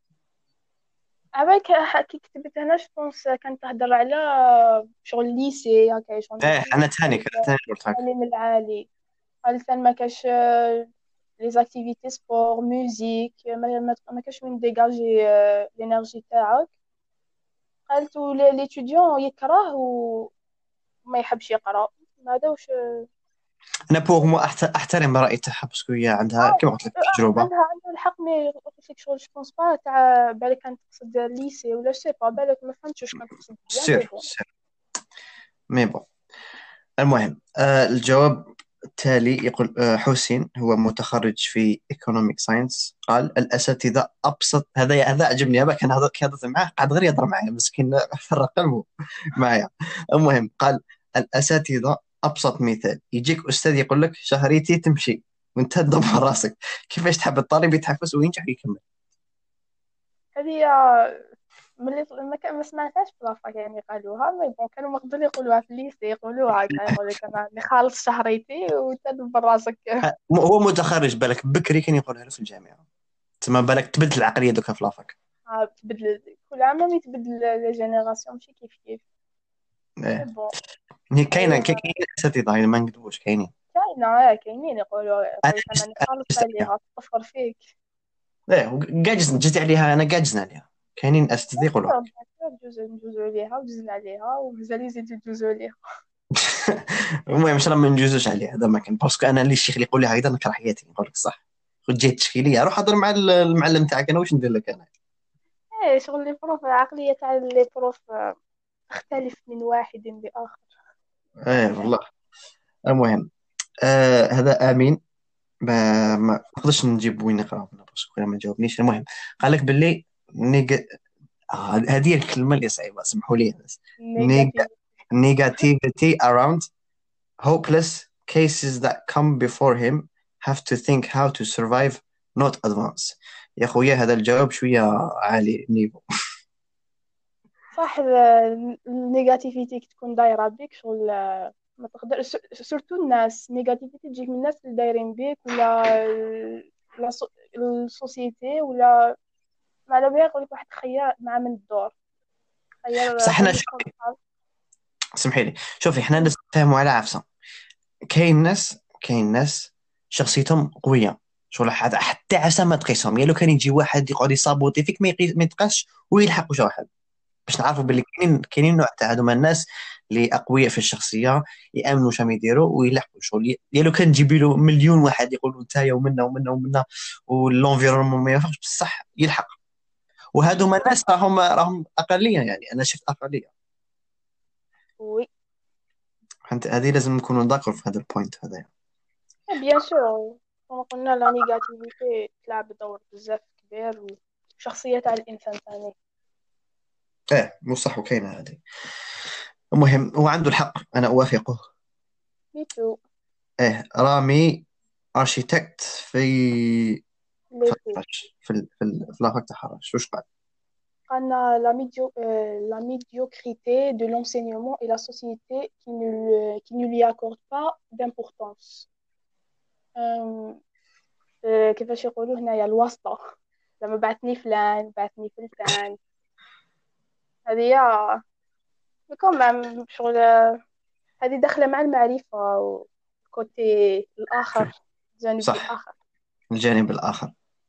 عباك كي كتبت هنا جوبونس كانت تهضر على شغل ليسي هكا شغل إيه ماشي أنا ثاني كنت ثاني قلت هكا. التعليم العالي. قالت كان ما كاش لي زاكتيفيتي سبور ميوزيك ما ما ما كاش وين ديجاجي لينيرجي تاعك. قالت ليتيديون يكره وما يحبش يقرا. هذا واش أنا بوغ مو أحت- أحترم الرأي تاعها باسكو هي عندها اه كيما قلت لك تجربة. عندها عندها الحق مي قلت لك شغل جوبونس با تاع بالك كانت تقصد ليسي ولا سي با بالك ما فهمتش واش كانت تقصد هي مي سير بون. سير. مي بون. المهم آه الجواب التالي يقول آه، حسين هو متخرج في ايكونوميك ساينس. قال الاساتذه ابسط، هذا هذا عجبني، هذا كان هذا كهضرت معاه قاعد غير يهضر معايا مسكين فرق قلبه معايا. المهم قال الاساتذه ابسط مثال، يجيك استاذ يقول لك شهريتي تمشي وانت تدبر راسك كيفاش تحب الطالب يتحفز وينجح ويكمل. هذه ملي ما كان ما سمعتهاش في لافاك يعني قالوها، مي بون كانوا مقدر يقولوها في الليسي، يقولوها كان يقول لك انا راني خالص شهريتي وتدبر راسك. آه، هو متخرج بالك بكري كان يقولها له في الجامعه، تما بالك تبدل العقليه دوكا في لافاك. آه، تبدل كل عام يتبدل لا جينيراسيون ماشي كيف كيف. مي إيه. بون هي كاينه هي كاين اساتذه يعني ما نكذبوش كاينين. كاينة آه، كاينين يقولوا انا يقول لك انا جزت راني أنا خالص جزت عليها. عليها تطفر فيك. ايه قاجز جزت عليها، انا قاجزنا عليها. كاينين اساتذه يقولوا بيان هكا. سور ندوزو ندوزو عليها ودزنا عليها ومازال يزيدو يدوزو عليها. المهم ان شاء الله ما نجوزوش عليها، هذا ما كان باسكو انا اللي الشيخ اللي يقول لي هكذا نكره حياتي نقول لك صح. خذ جهه تشكيليه روح هضر مع المعلم تاعك، انا واش ندير لك انا. ايه شغل لي بروف، العقلية تاع لي بروف آه، تختلف من واحد لآخر. ايه والله. المهم آه هذا امين. ما ما نقدرش نجيب وين نقرا باسكو ما جاوبنيش. المهم قال لك باللي نيج... آه هذه الكلمه اللي صعيبه سمحوا لي بس. نيج... نيجاتيف. negativity around hopeless cases that come before him have to think how to survive not advance. يا خويا هذا الجواب شويه عالي نيفو. صح، ال- النيجاتيفيتي كي تكون دايرة بيك شغل آه، ما تقدر س- سورتو الناس النيجاتيفيتي تجيك من الناس اللي دايرين بيك ولا ال- لا سو- السوسيتي ولا ما على بالك، يقول لك واحد خيار مع من الدور، خيار بصح حنا هوني شو- يكون صحاب. سمحي لي شوفي حنا نتفاهموا على عفسه. كاين ناس كاين ناس شخصيتهم قويه، شغل حتى حتى عسى ما تقيسهم، يا لو كان يجي واحد يقعد يصابوتي فيك ما يقيس ما يتقاسش ويلحق وجه واحد. باش نعرفوا باللي كاينين كاينين نوع تاع هذوما الناس اللي اقوياء في الشخصيه، يامنوا شام يديروا ويلحقوا شغل. يا لو كان تجيبي له مليون واحد يقولوا نتايا ومنا ومنا ومنا والانفيرونمون ما يوافقش بصح يلحق. وهذوما الناس راهم راهم اقليه، يعني انا شفت اقليه. وي فهمت، هذه لازم نكونوا داكور في هذا البوينت هذا يعني. بيان سور، كما قلنا لا نيجاتيفيتي تلعب دور بزاف كبير وشخصية تاع الإنسان ثاني. ايه مو صح وكاينه هذه. المهم هو عنده الحق انا اوافقه. ميتو. ايه رامي ارشيتكت في في ليتو. الحرش في ال- في ال- في لافاك تاع الحرش واش قال. قالنا la, médio- euh, la médiocrité de l'enseignement et la société qui ne, le- qui ne lui accorde pas d'importance. أم، آه، كيفاش يقولوا هنايا الواسطة، لما بعثني فلان بعثني فلتان، هذه يا كم شغل آه، هذه داخلة مع المعرفة وكوتي الآخر، الجانب صح الآخر. الجانب الاخر.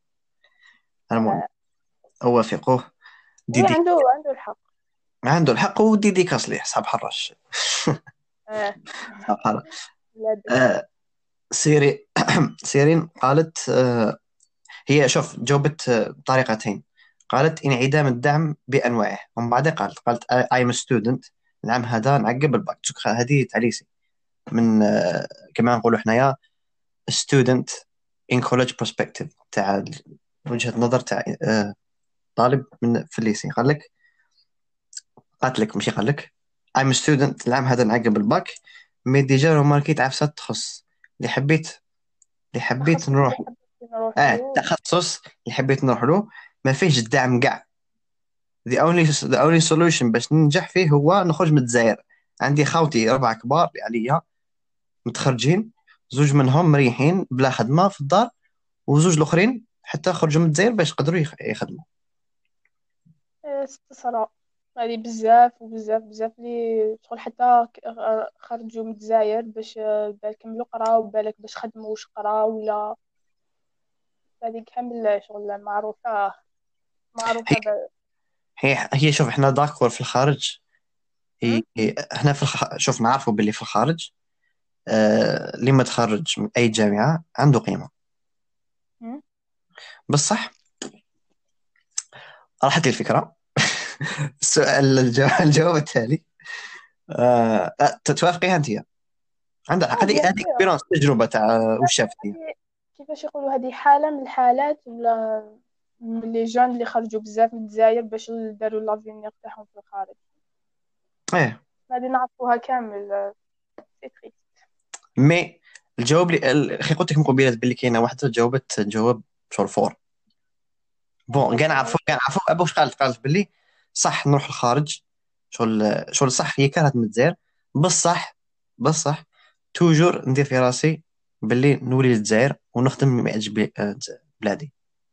المهم آه، اوافقه. وي ديدي عنده عنده الحق. عنده الحق وديدي كاصلي حساب حراش. آه، حساب حراش. لا بأس. آه سيري سيرين قالت آه هي شوف جاوبت آه، بطريقتين. قالت انعدام الدعم بانواعه، ومن بعد قالت قالت ايم ستودنت العام هذا نعقب الباك. شوف هذه تعليسي من آه كما نقولوا حنايا ستودنت ان كولج برسبكتيف تاع وجهة نظر تاع آه طالب من في الليسي. قال لك قالت لك ماشي قال لك I'm a student العام هذا نعقب الباك، مي ديجا روماركيت عفسات تخص اللي حبيت اللي حبيت التخصص اللي نروح. حبيت نروح اه له. تخصص اللي حبيت نروح له ما فيهش الدعم كاع. the only the only solution باش ننجح فيه هو نخرج من الجزائر. عندي خاوتي ربعة كبار عليا متخرجين، زوج منهم مريحين بلا خدمة في الدار، وزوج الآخرين حتى خرجوا من الجزائر باش يقدروا يخ- يخدموا. آه، ست صرا هذه بزاف وبزاف بزاف لي شغل حتى ك- آه، خرجوا من الجزائر باش آه، بالك كملوا قراو بالك باش خدموا واش قراو ولا. هذه كامل شغل معروفة هي معروفة ب... هي هي شوف احنا داكور في الخارج. م? هي احنا في الخ... شوف نعرفوا باللي في الخارج آه، اللي متخرج من أي جامعة عنده قيمة. م? بصح راحت لي الفكرة. السؤال الجواب, الجواب التالي آه، آه، تتوافقيها أنت؟ عندها الحق، اه هذه بيان هذه سور. اكسبيرونس، تجربه تاع واش شافت هي. هذه كيفاش يقولوا، هذه حالة من الحالات، ولا من لي جون اللي خرجوا بزاف من الجزائر باش داروا لافينيغ تاعهم في الخارج. ايه. هذه نعرفوها كامل. سي تريست. مي الجواب اللي ال- اخي قلت لك من قبيله باللي كاينه واحده جاوبت جواب شهر فور. بون كاع اكزاكتومون. نعرفوا كاع نعرفوا ابا واش قالت قالت باللي صح نروح الخارج، شغل شغل صح هي كانت من الجزائر، بصح بصح توجور ندير في راسي باللي نولي للجزائر ونخدم ما يعجب بلادي.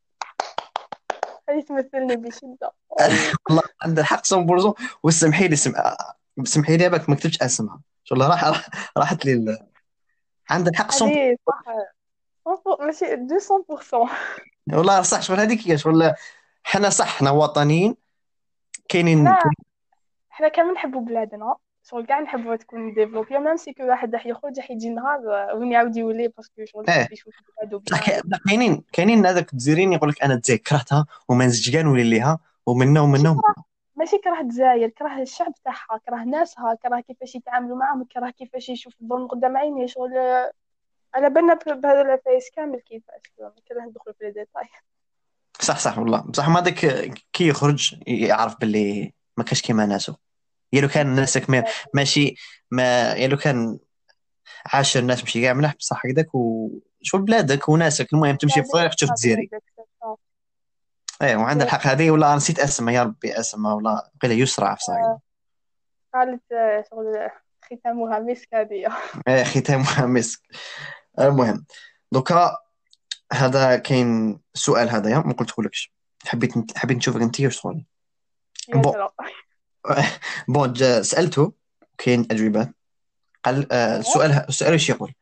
هذه تمثلني بشدة والله. والله عندها الحق مية بالمية. وسمحي لي سم... سمحي لي باك ما كتبتش اسمها، شغل راح راحت لي ال... عندها الحق مية بالمية. هذه صح. مفروض- ماشي مئتين بالمئة. والله صح، شغل هذيك هي شغل. حنا صح حنا وطنيين كاينين. حنا حنا كامل نحبوا بلادنا، شغل كاع نحبوا تكون ديفلوبيا، ميم سي كو واحد راح يخرج راح يجي نهار وين يعاود يولي، باسكو شغل اه يحب يشوف بلادو بصح بيان. كاي- بصح كاينين كاينين هذاك الجزائريين يقول لك انا الجزائر كرهتها وما نزيدش كاع نولي ليها، ومنا ماشي ومنا ومنا. كره ماشي كره الجزائر، كره الشعب تاعها، كره ناسها، كره كيفاش يتعاملوا معاهم، كره كيفاش يشوف الظلم قدام عينيه. شغل على بالنا ب- بهذا العفايس كامل كيفاش، ما كان ندخل في لي ديتاي. صح صح والله، بصح ما داك كي يخرج يعرف باللي ما كاش كيما ناسو. يا لو كان ناسك ما ماشي، ما يا لو كان عاش الناس ماشي كاع ملاح، بصح هكذاك وشو بلادك وناسك، المهم تمشي في بلادك الطريق تشوف خاطر الجزيري. هذاك الشيء. ايه وعندها الحق هذه، ولا نسيت اسمها يا ربي اسمها، ولا قيل يسرى عفصة هكذا. قالت آه، شغل ختامها مسك هذه. ايه ختامها مسك. المهم دوكا هذا كاين السؤال هذا يا ما قلت لكش، حبيت حبيت نشوفك انت واش تقولي. يا بون ترى. بون جا- سالته كاين اجوبات. قال آه، السؤال السؤال ايش يقول؟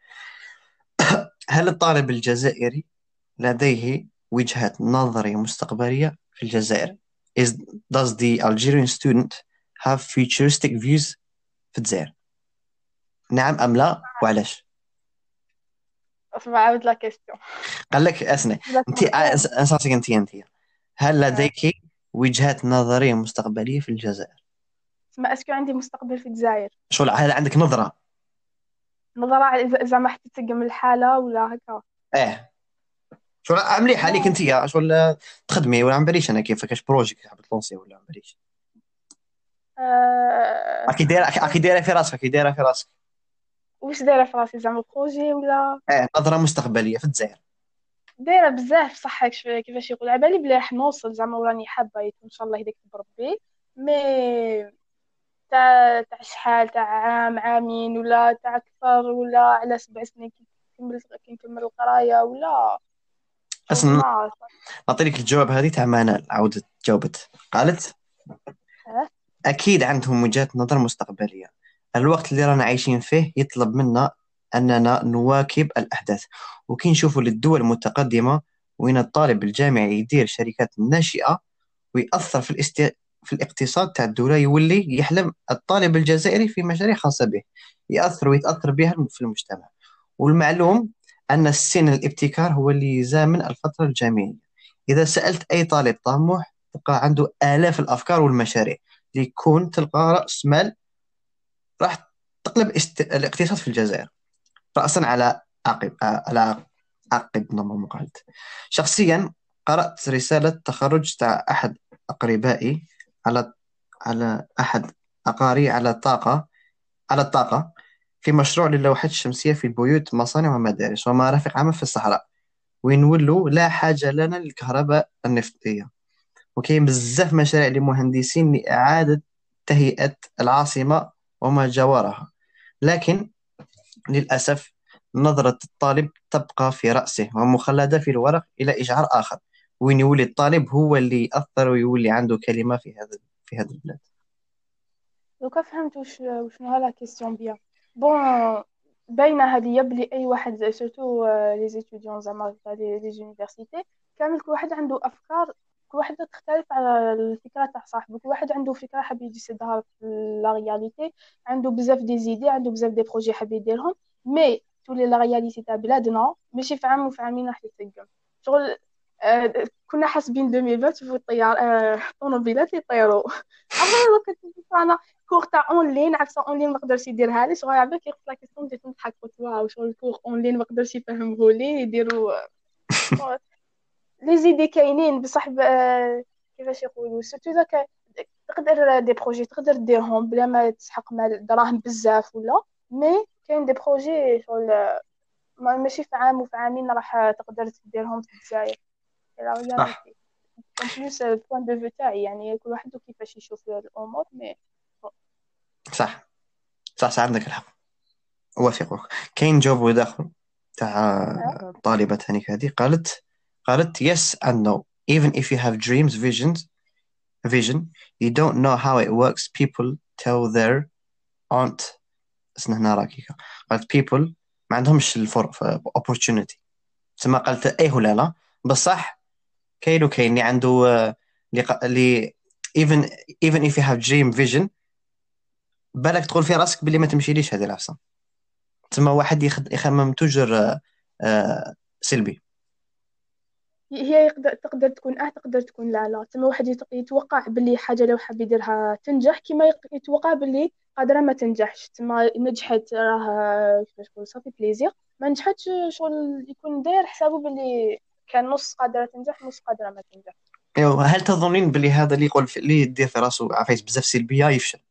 هل الطالب الجزائري لديه وجهة نظر مستقبلية في الجزائر؟ Is does the Algerian student have futuristic views في الجزائر؟ نعم أم لا وعلاش؟ اسمع عاود لا كيستيون. قال لك أسنى. لا أنت تمرتين. أساسك أنت أنت هل لديك وجهة نظرية مستقبلية في الجزائر؟ اسمع، اسكو عندي مستقبل في الجزائر؟ شو هل عندك نظرة؟ نظرة على إذا إذا ما حتى تقم الحالة ولا هكا. إيه شو مليح عليك لا. أنت يا شو لا تخدمي، ولا عم باليش أنا كيف كاش بروجي حاب تلونسي ولا عم باليش. أه... أكيد دايرة أكيد دايرة في راسك، أكيد دايرة في راسك. وش دايرة في راسي زعما بروجي ولا؟ إيه نظرة مستقبلية في الجزائر. دايرة بزاف صح، هكش- كيفاش يقول، على بالي بلي راح نوصل زعما، وراني حابة يت- ان شاء الله يديك بربي. مي تاع تاع شحال، تاع عام عامين ولا تاع اكثر، ولا على سبع سنين كي نكمل كي نكمل القراية ولا شغل أصلا ما عرفت. نعطيك الجواب هذه تاع منال عاودت جاوبت قالت اه. أكيد عندهم وجهة نظر مستقبلية. الوقت اللي رانا عايشين فيه يطلب منا أننا نواكب الأحداث، وكي نشوفوا للدول المتقدمة وين الطالب الجامعي يدير شركات ناشئة ويأثر في الاست... في الاقتصاد تاع الدولة، يولي يحلم الطالب الجزائري في مشاريع خاصة به يأثر ويتأثر بها في المجتمع. والمعلوم أن السن الابتكار هو اللي يزامن الفترة الجامعية. إذا سألت أي طالب طموح تلقى عنده آلاف الأفكار والمشاريع اللي يكون تلقى رأس مال راح تقلب است... الاقتصاد في الجزائر رأسا على عقب آه، على عقب نظام قلت. شخصيا قرأت رسالة تخرج تاع أحد أقربائي على على أحد أقاري على طاقة على الطاقة في مشروع للوحات الشمسية في البيوت مصانع ومدارس ومرافق عامة في الصحراء، وين نولوا لا حاجة لنا للكهرباء النفطية. وكاين بزاف مشاريع لمهندسين لإعادة تهيئة العاصمة وما جاورها. لكن للأسف نظرة الطالب تبقى في رأسه ومخلدة في الورق إلى إشعار آخر، وين يولي الطالب هو اللي يأثر ويولي عنده كلمة في هذا في هذا البلاد. دوكا فهمت وش وشنو لا كيستيون بيان. بون، باينه هذه يبلي اي واحد سورتو لي زيتيديون زعما تاع لي لي زونيفرسيتي، كامل كل واحد عنده افكار، كل واحد تختلف على الفكره تاع صاحبه. كل واحد عنده فكره حاب يجسدها في لا رياليتي، عنده بزاف دي زيدي، عنده بزاف دي بروجي حاب يديرهم. مي تولي لا رياليتي تاع بلادنا ماشي في عام وفي عامين راح تتسقم. شغل آه، كنا حاسبين ألفين وعشرين في الطيار آه، طوموبيلات يطيروا. عرفتي لو كنت انا كور تاع اونلاين عفسه اونلاين ما قدرش يديرها لي شغل عباك يقص لا كيسيون جيت نضحك قلت واو شغل الكور اونلاين ما قدرش يفهمه لي يديروا لي زيدي كاينين بصح ب- آه، كيفاش يقولوا سيرتو ذاك تقدر دي بروجي تقدر ديرهم بلا ما تسحق مال دراهم بزاف ولا مي كاين دي بروجي شغل ما- ماشي في عام وفي عامين راح تقدر تديرهم في الجزائر لا صح رياليتي اون بليس البوان دو فيو تاعي يعني كل واحد كيفاش يشوف الامور مي صح صح صح عندك الحق، أوافقك. كاين جواب واحد آخر تاع طالبة هنيك هذه، قالت قالت yes and no, even if you have dreams visions vision you don't know how it works. People tell there aren't اسمها هنا راكيكا. قالت people ما عندهمش الفر opportunity. تسمى قالت ايه ولا لا، بصح كاين وكاين اللي عنده آه، اللي ق- اللي even even if you have dream vision بالك تقول في راسك باللي ما تمشيليش هذه العفسة. تسمى واحد يخد... يخمم توجر آه، آه، سلبي. هي يقدر تقدر تكون اه تقدر تكون لا لا تما واحد يت- يتوقع باللي حاجه لو حاب يديرها تنجح كيما يق- يتوقع باللي قادره ما تنجحش تما نجحت راه كيفاش نقول صافي بليزير ما نجحتش شغل يكون داير حسابه باللي كان نص قادره تنجح نص قادره ما تنجح. ايوا هل تظنين بلي هذا اللي يقول في... اللي يدير في راسه عفايس بزاف سلبية يفشل؟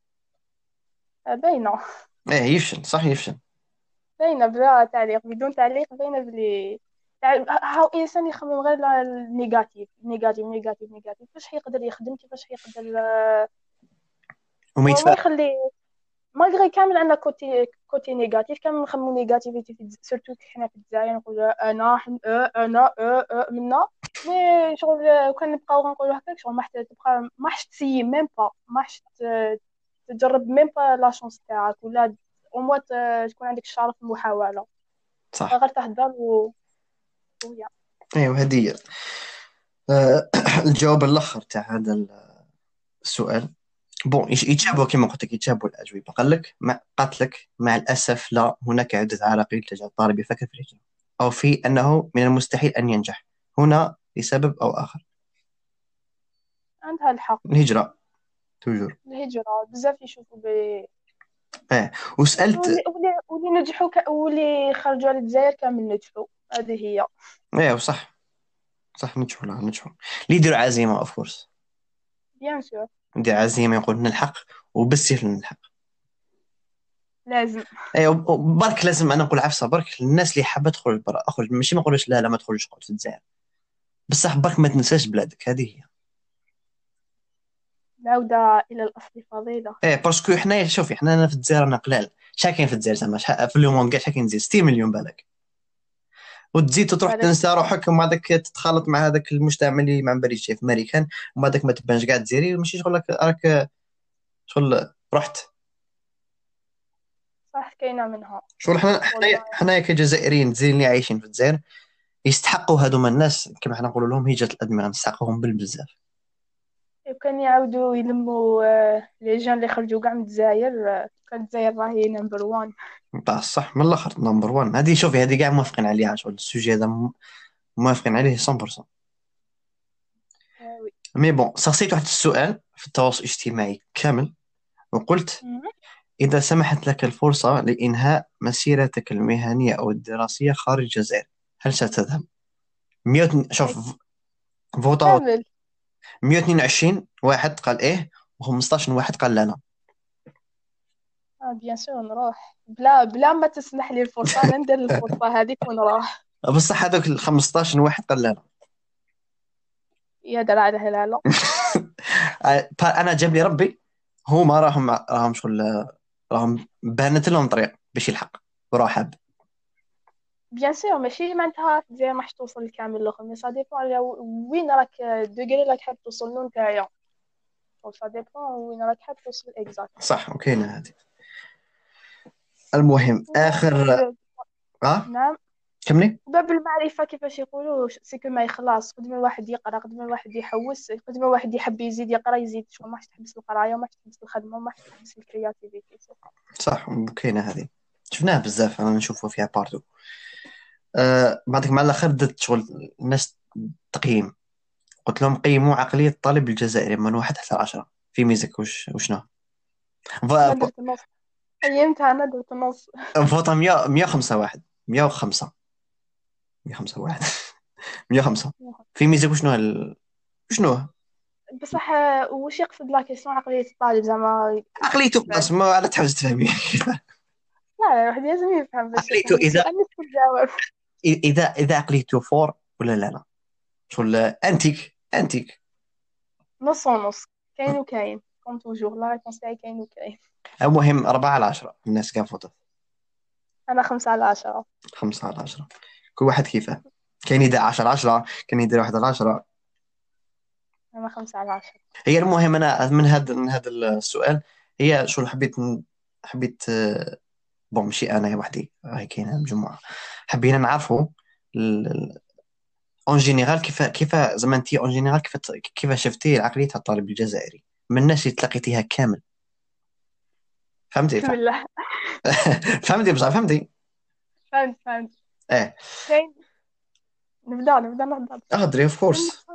آه، باينه. ايه يفشل، صح يفشل. باينه بلا تعليق بدون تعليق باينه باللي تع- هاو انسان يخمم غير على النيجاتيف نيجاتيف نيجاتيف نيجاتيف كيفاش يقدر يخدم كيفاش يقدر آه، وما ما يتفاهم. يخلي مالغري كامل عندنا كوتي كوتي نيجاتيف كامل نخمو نيجاتيفيتي في الج- سورتو حنا في الجزائر نقولوا انا حن أه انا أه أه منا مي شغل آه، كان نبقاو نقولوا هكاك شغل ما حتى تبقى ما حش تسيي ميم با ما حش ت- تجرب ميم با لا شونس تاعك ولا او موا تكون عندك الشرف المحاولة صح. غير تهدر و ويا ايوا هدية. آه، الجواب الاخر تاع هذا السؤال، بون يش- يتشابهوا كما قلت لك، يتشابهوا الأجوبة. قال لك مع قالت لك مع الأسف لا، هناك عدة عراقيل تجعل الطالب يفكر في الهجرة، أو في أنه من المستحيل أن ينجح هنا لسبب أو آخر. عندها الحق. الهجرة توجور. الهجرة بزاف يشوفوا ب اه وسألت. واللي واللي واللي نجحوا ك... واللي خرجوا على الجزائر كامل نجحوا هذه هي. ايه صح صح نجحوا، لا نجحوا. اللي يديروا عزيمة اوف كورس، بيان سور يدير عزيمة يقول نلحق وبالسيف نلحق. لازم. ايه برك لازم انا نقول عفسة، برك الناس اللي حابة تخرج برا اخرج، ماشي ما نقولش لا لا ما تخرجش قعد في الجزائر، بصح برك ما تنساش بلادك، هذه هي. العودة إلى الأصل فضيلة. ايه باسكو حنايا شوفي حنا أنا في الجزائر انا قلال، شحال كاين في الجزائر زعما شحال في اليوم كاع شحال كاين نزيد ستين مليون بالك، وتزيد تروح بالك تنسى روحك ومع ذاك تتخلط مع هذاك المجتمع اللي ما باليش في امريكان، ومع ذاك ما تبانش كاع تزيري، ماشي شغل راك راك شغل رحت. صح كاينة منها شغل حنا حنايا والله. حنايا كجزائريين الجزائريين اللي عايشين في الجزائر يستحقوا هذوما الناس كما حنا نقولوا لهم هجرة الأدمغة، نستحقوهم بالبزاف. لو كان يعاودوا يلموا آه، لي جون اللي خرجوا كاع من الجزائر آه، كانت الجزائر راهي نمبر وان. نتاع الصح من الاخر نمبر واحد، هذه شوفي هذه كاع موافقين عليها، شغل السوجي هذا م- موافقين عليه مية بالمية. آه، وي. مي بون سقسيت واحد السؤال في التواصل الاجتماعي كامل وقلت مهم. إذا سمحت لك الفرصة لإنهاء مسيرتك المهنية أو الدراسية خارج الجزائر هل ستذهب؟ مية واتنين آه، شوف فوطا. كامل. مية واثنين وعشرين واحد قال إيه و15 واحد قال لا لا. اه بيان سور نروح بلا بلا ما تسمح لي الفرصة انا ندير الفرصة هذيك ونروح. بصح هذوك ال خمسطاش واحد قال لا لا. يا درا على هلاله. أنا جاب لي ربي هما راهم راهم شغل راهم بانت لهم طريق باش يلحق وراح حاب. بيان سور ماشي معناتها في الجزائر ما حش توصل لكامل الاخر مي سا ديبون على وين راك دوغري راك حاب توصل له نتايا سا ديبون وين راك حاب توصل اكزاكت. صح وكاينه هذه. المهم آخر. باب. أه نعم. كملي. باب المعرفة كيفاش يقولوا سيكو ما يخلص قد ما الواحد يقرا قد ما الواحد يحوس قد ما الواحد يحب يزيد يقرا يزيد شغل ما حش تحبس القراية وما حش تحبس الخدمة وما حش تحبس الكرياتيفيتي. صح وكاينه هذه، شفناها بزاف، انا نشوفها فيها بارتو. آه بعدك مع الاخر بدات شغل الناس تقييم. قلت لهم قيموا عقلية الطالب الجزائري من واحد حتى عشرة في ميزك وش وشنو. انا درت النص، قيمتها انا درت النص. فوطة مية مية وخمسة واحد، مية وخمسة، مية وخمسة واحد. مية وخمسة في ميزك وشنو هال... وشنو بصح آه، وش يقصد لا كيسيون عقلية الطالب زعما؟ عقليته بعد خلاص ما على تحاول تفهمي. لا لا، الواحد لازم يفهم باش عقليته يفهم إذا السؤال اللي تجاوب. إذا إذا عقليته فور ولا لا لا، شغل أنتيك أنتيك. نص ونص، كاين وكاين كوم توجور، لا ريبونس تاعي كاين وكاين. المهم أربعة على عشرة الناس كان فوتت. انا خمسة على عشرة. خمسة على عشرة كل واحد كيفه. كاين يدير عشرة على عشرة، كاين يدير واحد على عشرة. انا خمسة على عشرة. هي المهم أنا من هذا من هذا السؤال، هي شو حبيت حبيت آه، بون ماشي أنا وحدي، راهي كاينة مجموعة حبينا نعرفوا اون جينيرال كيف كيف زعما انت اون جينيرال كيف كيف شفتي عقلية الطالب الجزائري من الناس اللي تلاقيتيها كامل. فهمتي بسم فهم- الله. فهمتي بصح فهمتي. فهمت فهمت. ايه كاين، نبدا نبدا نهضر. اهدري اوف كاين كورس.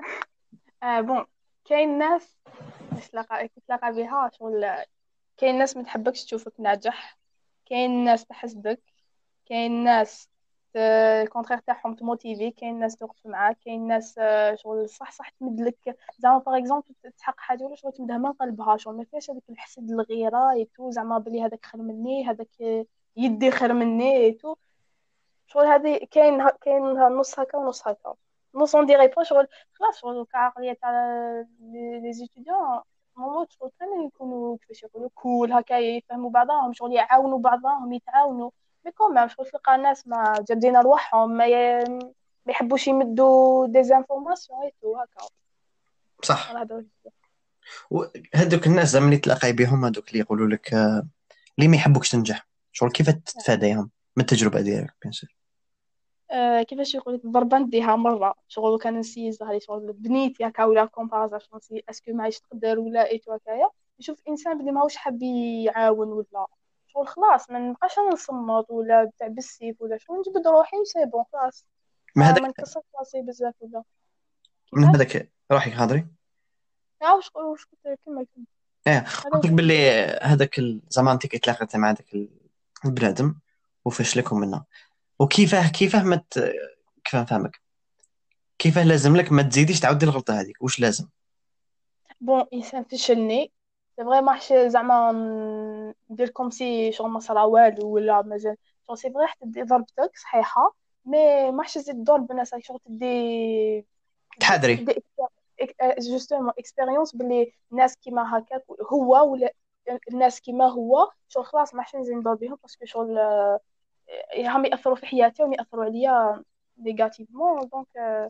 آه بون، كاين ناس تلاقى تتلاقى بها شغل. كاين ناس ما تحبكش تشوفك ناجح، كاين ناس تحسدك، كاين ناس الكونترير تاعهم تموتيفي، كاين ناس توقف معاك، كاين ناس آه، شغل صح صح تمدلك زعما باغ اكزومبل تحق حاجه ولا شغل تمدها من قلبها، شغل ما فيهاش هذاك الحسد الغيره ايتو، زعما بلي هذاك خير مني، هذاك آه، يدي خير مني ايتو. شغل هذه كاين ه- كاين نص هكا ونص هكا. نص اون ديغي با شغل خلاص، شغل كعقلية تاع لي زيتيديون هما شغل كانوا يكونوا كيفاش يقولوا كول هكا، يفهموا بعضهم، شغل يعاونوا بعضهم يتعاونوا. مي كومام شغل تلقى ناس ما جادين رواحهم، ما ي... ما يحبوش يمدوا دي زانفورماسيون ايتو هكا. صح. على هذا. و- هذوك الناس زعما اللي تلاقاي بهم، هذوك اللي يقولوا لك آه، اللي ما يحبوكش تنجح، شغل كيف تتفاداهم من التجربة ديالك بيان سور. آه كيفاش يقول لك ضربة نديها مرة، شغل كان نسي زهري شغل بنيتي هكا ولا كومبارازا، شغل نسي اسكو معيش تقدر ولا ايتو هكايا. يشوف انسان بلي ماهوش حاب يعاون ولا شغل خلاص ما نبقاش انا نصمت ولا بتاع بالسيف ولا شغل نجبد روحي سي بون خلاص. من ما هذاك ما نكسرش راسي بزاف ولا من كيفاش. هذاك روحك هضري. لا واش واش كنت كمل كمل. ايه هذا قلت لك هو. باللي هذاك ال- زعما انت كي تلاقيت مع هذاك ال- البنادم وفشلكم منه، وكيفاه كيفاه ما ت... كيف نفهمك، كيفاه لازم لك ما تزيديش تعاودي الغلطة هذيك، واش لازم. بون انسان فشلني سي فري، ما حش زعما ندير كوم سي شغل ما صرا والو ولا مازال. شغل سي فري حتى دي ضربتك صحيحه، مي ما حش تزيد تضرب بالناس، راك شغل تدي تدي تحاضري. تدي جوستومون اكسبيريونس باللي الناس كيما هكاك هو ولا الناس كيما هو، شغل خلاص ما حش نزيد ندور بهم باسكو شغل آه، هم ياثروا في حياتي وهم ياثروا عليا نيجاتيفمون، دونك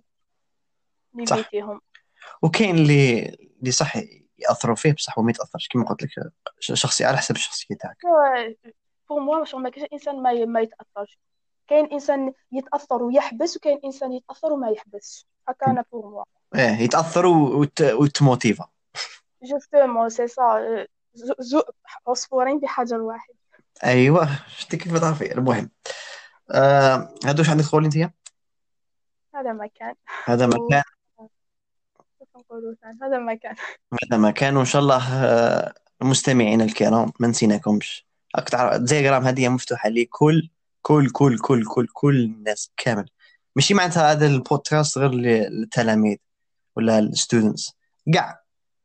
صح. نيفيتيهم. وكاين اللي اللي صح ياثروا فيه بصح هو ما يتاثرش كما قلت لك، ش- شخصي على حسب الشخصيه تاعك. بور موا شغل ما كاينش انسان ما ي- ما يتاثرش. كاين انسان يتاثر ويحبس، وكاين انسان يتاثر وما يحبس، هكا انا بور موا. ايه يتاثر وت... وتموتيفا. جوستومون سي سا، زو عصفورين بحجر واحد. ايوه شتي كيف تعرفي. المهم آه... هادو واش عندك تقول انت. هذا ما كان. هذا و مكان. كيف نقولوا ثاني؟ هذا ما كان. هذا مكان وان شاء الله آه... المستمعين الكرام ما نسيناكمش. راك تعرف تيليجرام هذه مفتوحه لكل كل كل كل كل كل الناس كامل، ماشي معناتها هذا البودكاست غير للتلاميذ ولا الستودنتس، كاع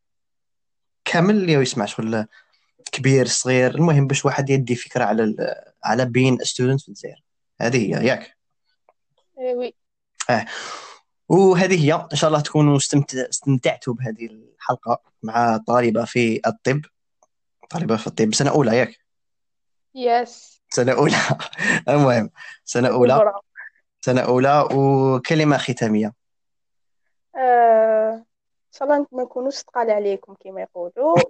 كامل اللي يسمع شغل كبير صغير، المهم باش واحد يدي فكرة على ال... على بين ستودنت في الجزائر. هذه هي ياك. إيه وي. اه. وهذه هي ان شاء الله تكونوا استمت... استمتعتوا بهذه الحلقة مع طالبة في الطب، طالبة في الطب سنة أولى ياك. يس. سنة أولى. المهم سنة أولى. كبرى. سنة أولى وكلمة ختامية. آه... ان شاء الله ما نكونوش ثقال عليكم كما يقولوا،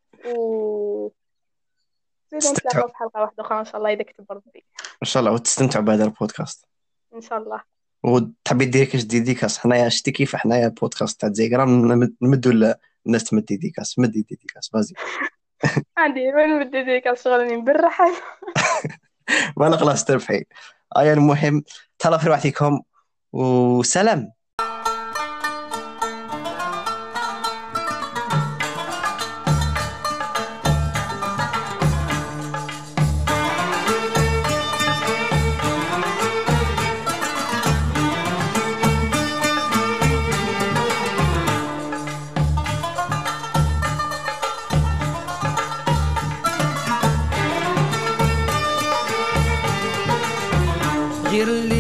و زيدوا تستمتعوا نتلاقاو في حلقة واحدة أخرى إن شاء الله إذا كتب ربي. ان شاء الله وتستمتعوا بهذا البودكاست. إن شاء الله. وتحبي دير كاش ديديكاس حنايا شتي كيف حنايا البودكاست تاع زيغرام نمدوا ال- الناس تمد ديديكاس، مدي ديديكاس بازي. عندي وين بدي ذيك الشغل نبرح. وانا خلاص تربحي. ايا المهم تهلا في روحكم وسلام.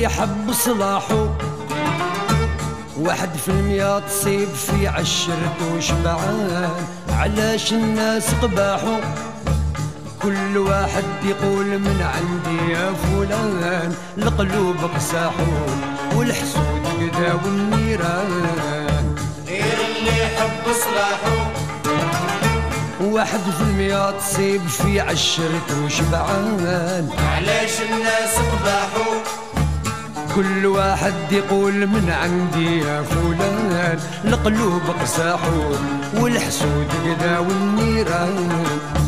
يحب صلاحه، واحد في المية تصيب في عشرته شبعان. علاش الناس قباحو، كل واحد يقول من عندي يا فلان. القلوب قساحو والحسود قدا والنيران، غير اللي يحب صلاحو. واحد في المية تصيب في عشرته شبعان. علاش الناس قباحو، كل واحد يقول من عندي يا فلان. القلوب قساحو والحسود قدا والنيران.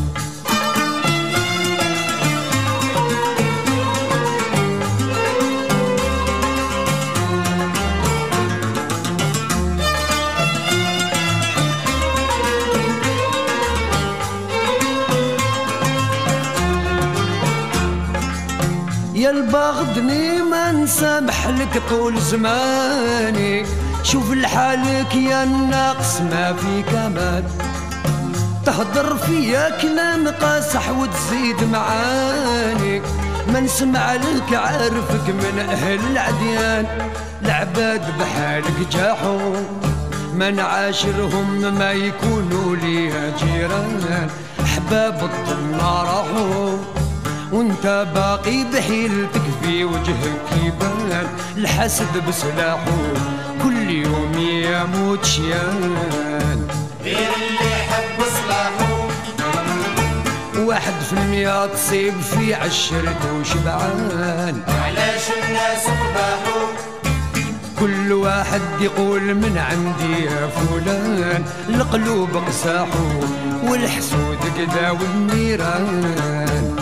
يا البغضني ما نسامح لك طول زماني. شوف لحالك يا الناقص ما في كمال، تهضر فيا كلام قاسح وتزيد معاني. ما نسمع لك عارفك من اهل العديان. العباد بحالك جاحو، ما نعاشرهم ما يكونوا لي جيران. احباب الطنا راحوا وانت باقي بحيلتك في وجهك يبان. الحسد بسلاحه كل يوم يموت شيان، غير اللي يحب صلاحو. واحد في المية تصيب في عشرته شبعان. علاش الناس قباحو، كل واحد يقول من عندي يا فلان. القلوب قساحو والحسود قدا والنيران.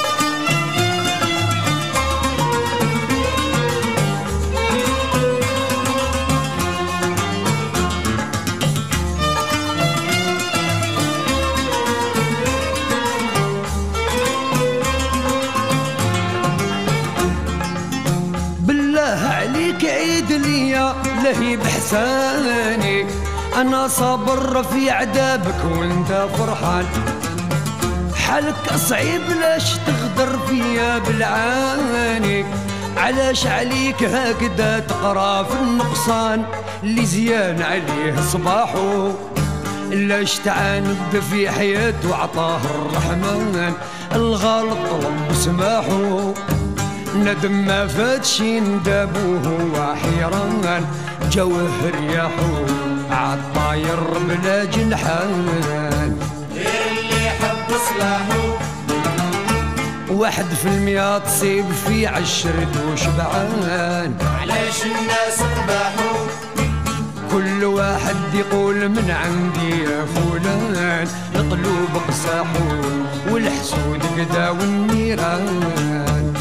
عليك عيد ليا لهيب حساني. انا صابر في عذابك وانت فرحان. حالك صعيب لاش تغدر فيا بالعاني. علاش عليك هكذا تقرا في النقصان. اللي زيان عليه صباحو، لاش تعاند في حياته عطاه الرحمن. الغلط طلب سماحو، ندم ما فاتش ندابوه وحيران. جوه رياحو عالطاير بلا جنحان، غير اللي يحب صلاحو. واحد في المية تصيب في عشرته شبعان. علاش الناس قباحو، كل واحد يقول من عندي يا فلان. القلوب قساحو والحسود قدا والنيران.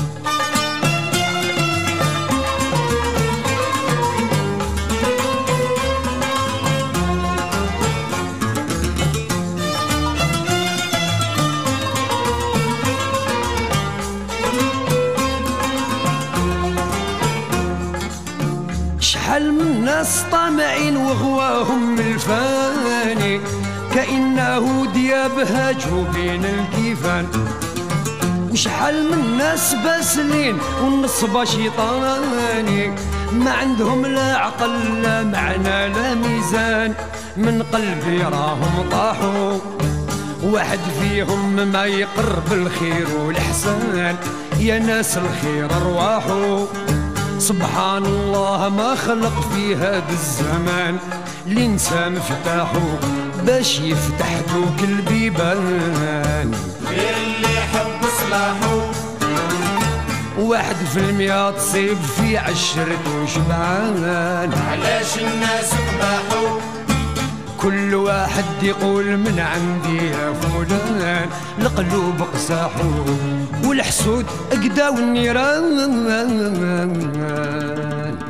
شحال من ناس طامعين وغواهم الفاني. كأنه ديابها جوبين الكيفان. وشحال من ناس باسلين والنصب شيطاني. ما عندهم لا عقل لا معنى لا ميزان. من قلبي راهم طاحوا، واحد فيهم ما يقرب الخير والإحسان. يا ناس الخير أرواحه، سبحان الله ما خلق في هذا الزمان. الإنسان مفتاحه باش يفتح دوك البيبان. غير اللي يحب صلاحو، واحد في المية تصيب في عشرته شبعان. علاش الناس قباحو، كل واحد يقول من عندي يا فلان. القلوب قساحو والحسود اقدا والنيران.